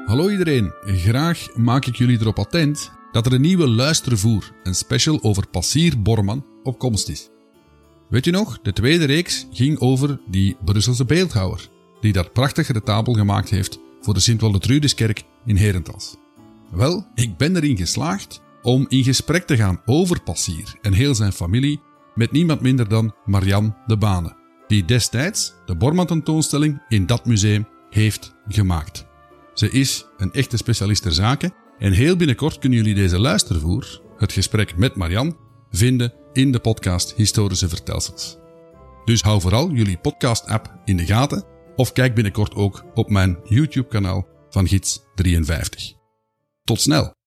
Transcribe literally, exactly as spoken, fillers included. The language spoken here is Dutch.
Hallo iedereen, graag maak ik jullie erop attent dat er een nieuwe luistervoer, een special over Passier Borman, op komst is. Weet je nog, de tweede reeks ging over die Brusselse beeldhouwer, die dat prachtige retabel gemaakt heeft voor de Sint-Waldetruudeskerk in Herentals. Wel, ik ben erin geslaagd om in gesprek te gaan over Passier en heel zijn familie met niemand minder dan Marianne de Bane, die destijds de Borman tentoonstelling in dat museum heeft gemaakt. Ze is een echte specialist ter zake en heel binnenkort kunnen jullie deze luistervoer, het gesprek met Marianne, vinden in de podcast Historische Vertelsels. Dus hou vooral jullie podcast-app in de gaten of kijk binnenkort ook op mijn YouTube-kanaal van Gids drieënvijftig. Tot snel!